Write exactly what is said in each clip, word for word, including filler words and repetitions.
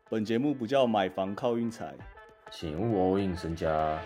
本节目不叫买房靠运财， 请勿 all in 身家。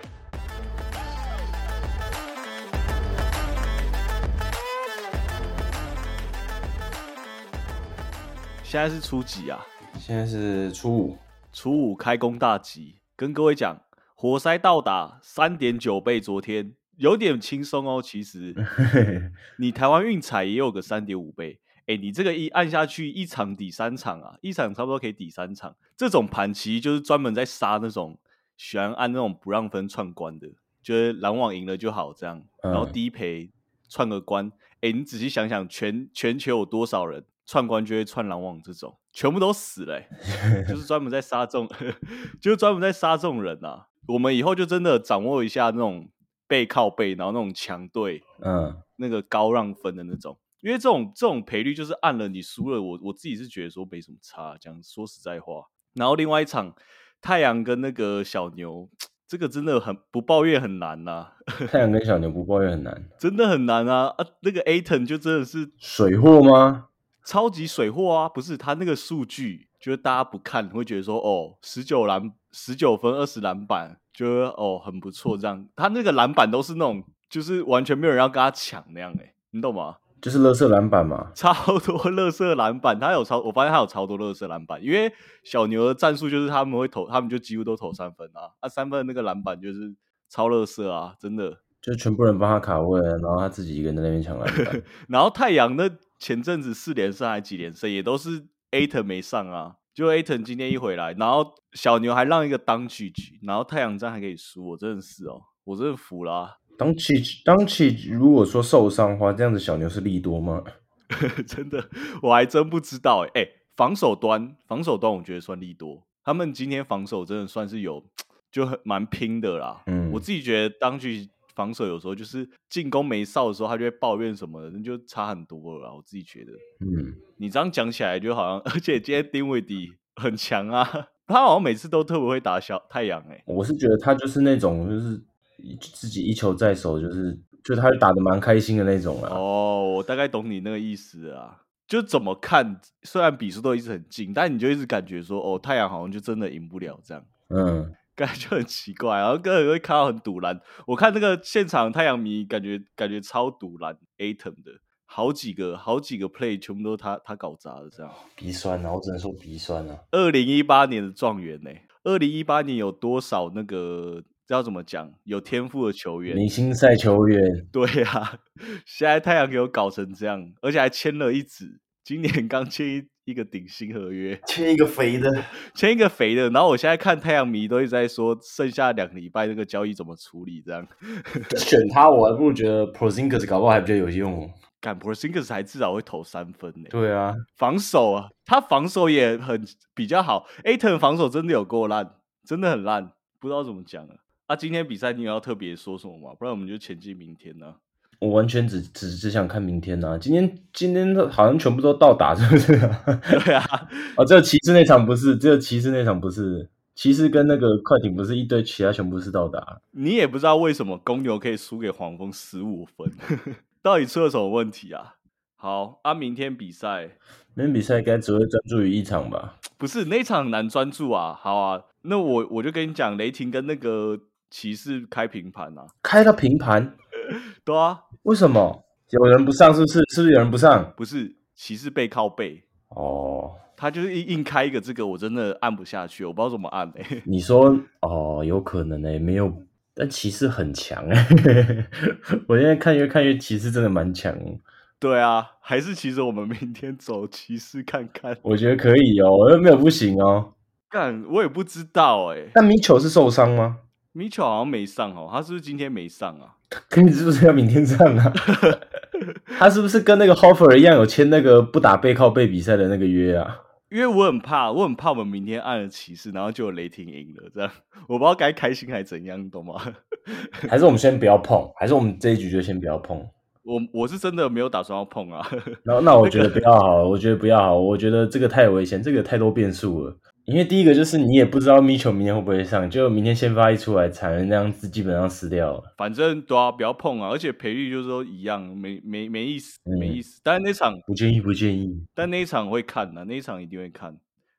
现在是初几啊？ 现在是初五， 初五开工大吉，跟各位讲，活塞到达 三点九 倍，昨天有点轻松哦。其实你台湾运彩也有个 三点五 倍，哎，你这个一按下去，一场抵三场啊，一场差不多可以抵三场。这种盘其实就是专门在杀那种喜欢按那种不让分串关的，就是篮网赢了就好这样，然后低赔串个关。哎，你仔细想想，全全球有多少人串关就会串篮网这种，全部都死了、欸，就是专门在杀这种，就是专门在杀这种人啊。我们以后就真的掌握一下那种背靠背，然后那种强队，嗯，那个高让分的那种，因为这种这种赔率就是按了你输了，我我自己是觉得说没什么差，讲说实在话。然后另外一场太阳跟那个小牛。这个真的很不抱怨很难呐、啊， 太阳跟小牛不抱怨很难， 真的很难啊！啊，那个 Ayton 就真的是水货吗？ 超级水货啊！不是他那个数据，就是大家不看会觉得说，哦，十九篮、十九分、二十篮板，觉得哦很不错这样。他那个篮板都是那种，就是完全没有人要跟他抢那样、欸，哎，你懂吗？ 就是垃圾篮板嘛， 超多垃圾篮板，他有超，我发现他有超多垃圾篮板，因为小牛的战术就是他们会投，他们就几乎都投三分啊，啊三分的那个篮板就是超垃圾啊，真的， 就全部人帮他卡位，然后他自己一个人在那边抢篮板。 然后太阳那前阵子四连胜还几连胜，也都是 Ayton 没上啊，就 Ayton 今天一回来，然后小牛还让一个当曲局，然后太阳这样还可以输，我真的是哦，我真的服啦、啊。 当起当起，如果说受伤的话，这样子小牛是利多吗？ 真的，我还真不知道哎、欸欸。防守端，防守端我觉得算利多，他们今天防守真的算是有，就很蛮拼的啦。嗯，我自己觉得当局防守有时候就是进攻没哨的时候，他就会抱怨什么的，那就差很多了啦。我自己觉得，嗯，你这样讲起来就好像，而且今天丁威迪很强啊，他好像每次都特别会打小太阳哎、欸。 我是觉得他就是那种就是自己一球在手，就是就他打得蛮开心的那种啦。 哦，我大概懂你那个意思啊。就怎么看，虽然比数都一直很近，但你就一直感觉说，哦，太阳好像就真的赢不了这样，嗯，感觉就很奇怪，然后个人会看到很堵拦。我看那个现场太阳迷，感觉感觉超堵拦 Ayton 的，好几个好几个 play 全部都他他搞砸的这样， 鼻酸啊，我只能说鼻酸啊。 二零一八年的状元呢、欸，二零一八年有多少那个要怎么讲有天赋的球员， 明星赛球员， 对啊，现在太阳给我搞成这样，而且还签了一纸。今年刚签 一, 一个顶薪合约， 签一个肥的， 签一个肥的。然后我现在看太阳迷都一直在说，剩下两个礼拜这个交易怎么处理？这样选他，我还不如觉得 Porzingis 搞不好还比较有用哦。 干 Porzingis 还至少会投三分呢、欸。 对啊， 防守啊，他防守也很比较好。Ayton 防守真的有够烂，真的很烂，不知道怎么讲啊。啊，今天比赛你有要特别说什么吗？不然我们就前进明天呢、啊。 我完全只只只想看明天啊！今天今天好像全部都到达，是不是？ 对啊， 哦，只有骑士那场不是，只有骑士那场不是，骑士跟那个快艇不是一堆，其他全部是到达。 你也不知道为什么公牛可以输给黄蜂十五分，到底出了什么问题啊？好啊，明天比赛， 明天比赛该只会专注于一场吧？ 不是那场很难专注啊。好啊，那我我就跟你讲，雷霆跟那个骑士开平盘啊， 开到平盘。 对啊， 为什么？有人不上是不是？是不是有人不上？ 不是骑士背靠背哦， 他就是硬开一个这个，我真的按不下去，我不知道怎么按诶、欸。 你说哦，有可能诶、欸，没有，但骑士很强诶、欸。我现在看越看越骑士真的蛮强。 对啊，还是其实我们明天走骑士看看， 我觉得可以哦，又没有不行哦。 干，我也不知道诶、欸。 但米球是受伤吗？ 米球好像没上哦，他是不是今天没上啊？ 跟你是不是要明天上啊？他是不是跟那个 Hofer 一样有签那个不打背靠背比赛的那个约啊？ 因为我很怕，我很怕我们明天按了骑士，然后就有雷霆赢了，这样我不知道该开心还怎样，懂吗？ 还是我们先不要碰？还是我们这一局就先不要碰？ 我我是真的没有打算要碰啊。 那那我觉得不要好，我觉得不要好，我觉得这个太危险，这个太多变数了。因为第一个就是你也不知道米球明天会不会上，就明天先发一出来，产能那样子基本上死掉了。 反正对啊，不要碰啊，而且赔率就是说一样，没没没意思，没意思。但是那场不建议，不建议。 但那一场会看的、啊，那一场一定会看。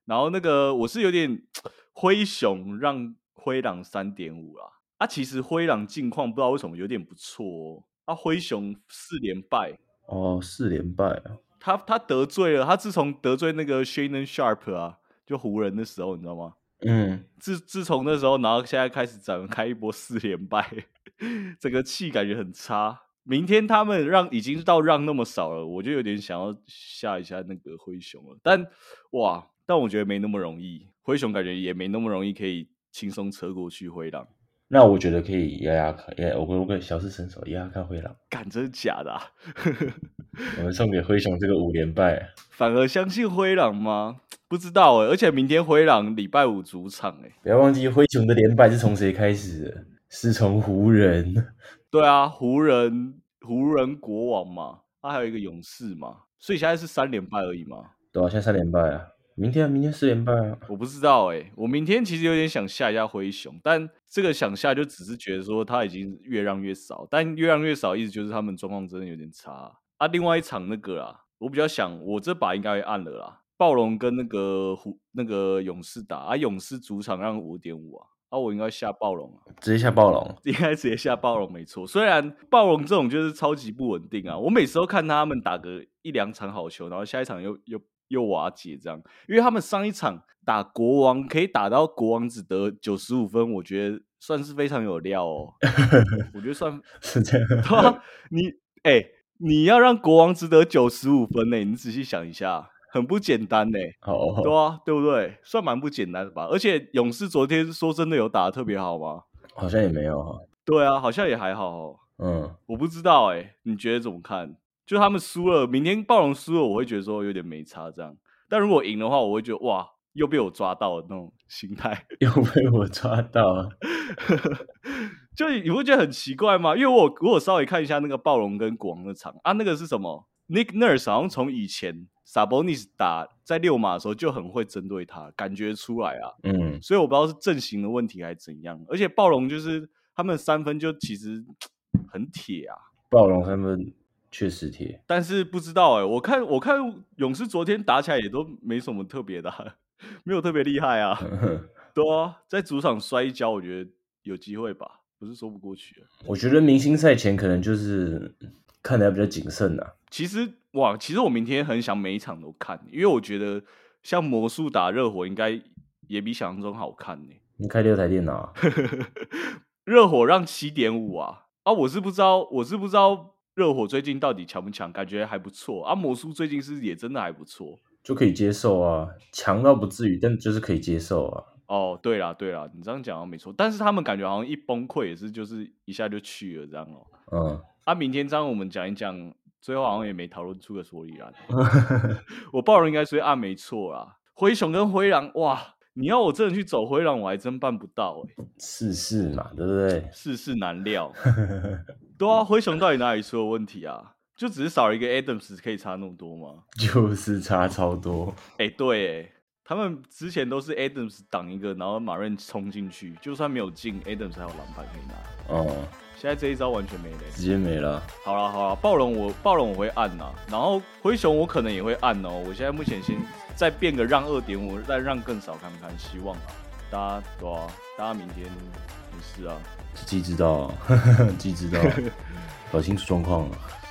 然后那个我是有点灰熊让灰狼 三点五 啦。啊，其实灰狼近况不知道为什么有点不错哦。啊，灰熊四连败。 哦，四连败啊！ 他他得罪了，他自从得罪那个 Shannon Sharp 啊，就湖人的时候，你知道吗？ 嗯， 自自从那时候，然后现在开始展开一波四连败，整个气感觉很差。明天他们让已经到让那么少了，我就有点想要下一下那个灰熊了。但哇，但我觉得没那么容易，灰熊感觉也没那么容易可以轻松车过去灰狼。 那我觉得可以压压看，压我我跟小试身手压压看灰狼。 干，真的假的、啊？ 我们送给灰熊这个五连败， 反而相信灰狼吗？不知道哎、欸，而且明天灰狼礼拜五主场哎、欸。 不要忘记灰熊的连败是从谁开始的？是从湖人。 对啊，湖人湖人国王嘛，他、啊、还有一个勇士嘛，所以现在是三连败而已嘛。 对啊，现在三连败啊，明天明天四连败啊。 我不知道哎、欸，我明天其实有点想下一下灰熊，但这个想下就只是觉得说他已经越让越少，但越让越少，意思就是他们状况真的有点差啊。另外一场那个啦，我比较想，我这把应该会按了啦。暴龙跟那个湖那个勇士打啊，勇士主场让 五点五 啊，啊我应该下暴龙啊， 直接下暴龙， 应该直接下暴龙没错。虽然暴龙这种就是超级不稳定啊，我每次都看他们打个一两场好球，然后下一场又又又瓦解这样，因为他们上一场打国王可以打到国王只得九十五分，我觉得算是非常有料哦。我觉得算是这样。 对啊，你哎、欸，你要让国王只得九十五分呢、欸，你仔细想一下。很不简单呢、欸， 好， 对啊，对不对？算蛮不简单的吧。而且勇士昨天说真的有打得特别好吗？ 好像也没有哈。 对啊，好像也还好哦。 嗯， 我不知道哎、欸，你觉得怎么看？就他们输了，明天暴龙输了，我会觉得说有点没差这样。但如果赢的话，我会觉得哇，又被我抓到的那种心态。 又被我抓到了。 就你会觉得很奇怪吗？因为我我有稍微看一下那个暴龙跟国王的场啊，那个是什么 ？Nick Nurse 好像从以前 Sabonis 打在六马的时候就很会针对他，感觉出来啊。 嗯， 所以我不知道是阵型的问题还是怎样。而且暴龙就是他们三分就其实很铁啊， 暴龙三分确实铁， 但是不知道哎、欸，我看我看勇士昨天打起来也都没什么特别的、啊，没有特别厉害啊。对啊，在主场摔一跤，我觉得有机会吧，不是说不过去、啊。 我觉得明星赛前可能就是看得要比较谨慎啊。 其实哇，其实我明天很想每一场都看，因为我觉得像魔术打热火应该也比想象中好看呢、欸。 你开六台电脑、啊， 热火让 七点五 啊啊！我是不知道，我是不知道热火最近到底强不强，感觉还不错啊。魔术最近是也真的还不错， 就可以接受啊，强到不至于，但就是可以接受啊。 哦，对啦对啦，你这样讲好像没错，但是他们感觉好像一崩溃也是就是一下就去了这样哦。 嗯， 啊，明天这样我们讲一讲，最后好像也没讨论出个所以然。我报人应该说啊没错啦，灰熊跟灰狼哇，你要我真的去走灰狼，我还真办不到哎、欸。 世事嘛，对不对？ 世事难料。对啊，灰熊到底哪里出了问题啊？就只是少了一个 Adams 可以差那么多吗？ 就是差超多。 哎、欸，对哎，他们之前都是 Adams 挡一个，然后马润冲进去，就算没有进 ，Adams 还有篮板可以拿。 哦， 现在这一招完全没了、欸， 直接没了。 好啦好啦，暴龙我暴龙我会按呐，然后灰熊我可能也会按哦。我现在目前先再变个让二点五，再让更少看看，希望啊，大家对啊，大家明天没事啊， 自己知道，自己知道，搞清楚状况了。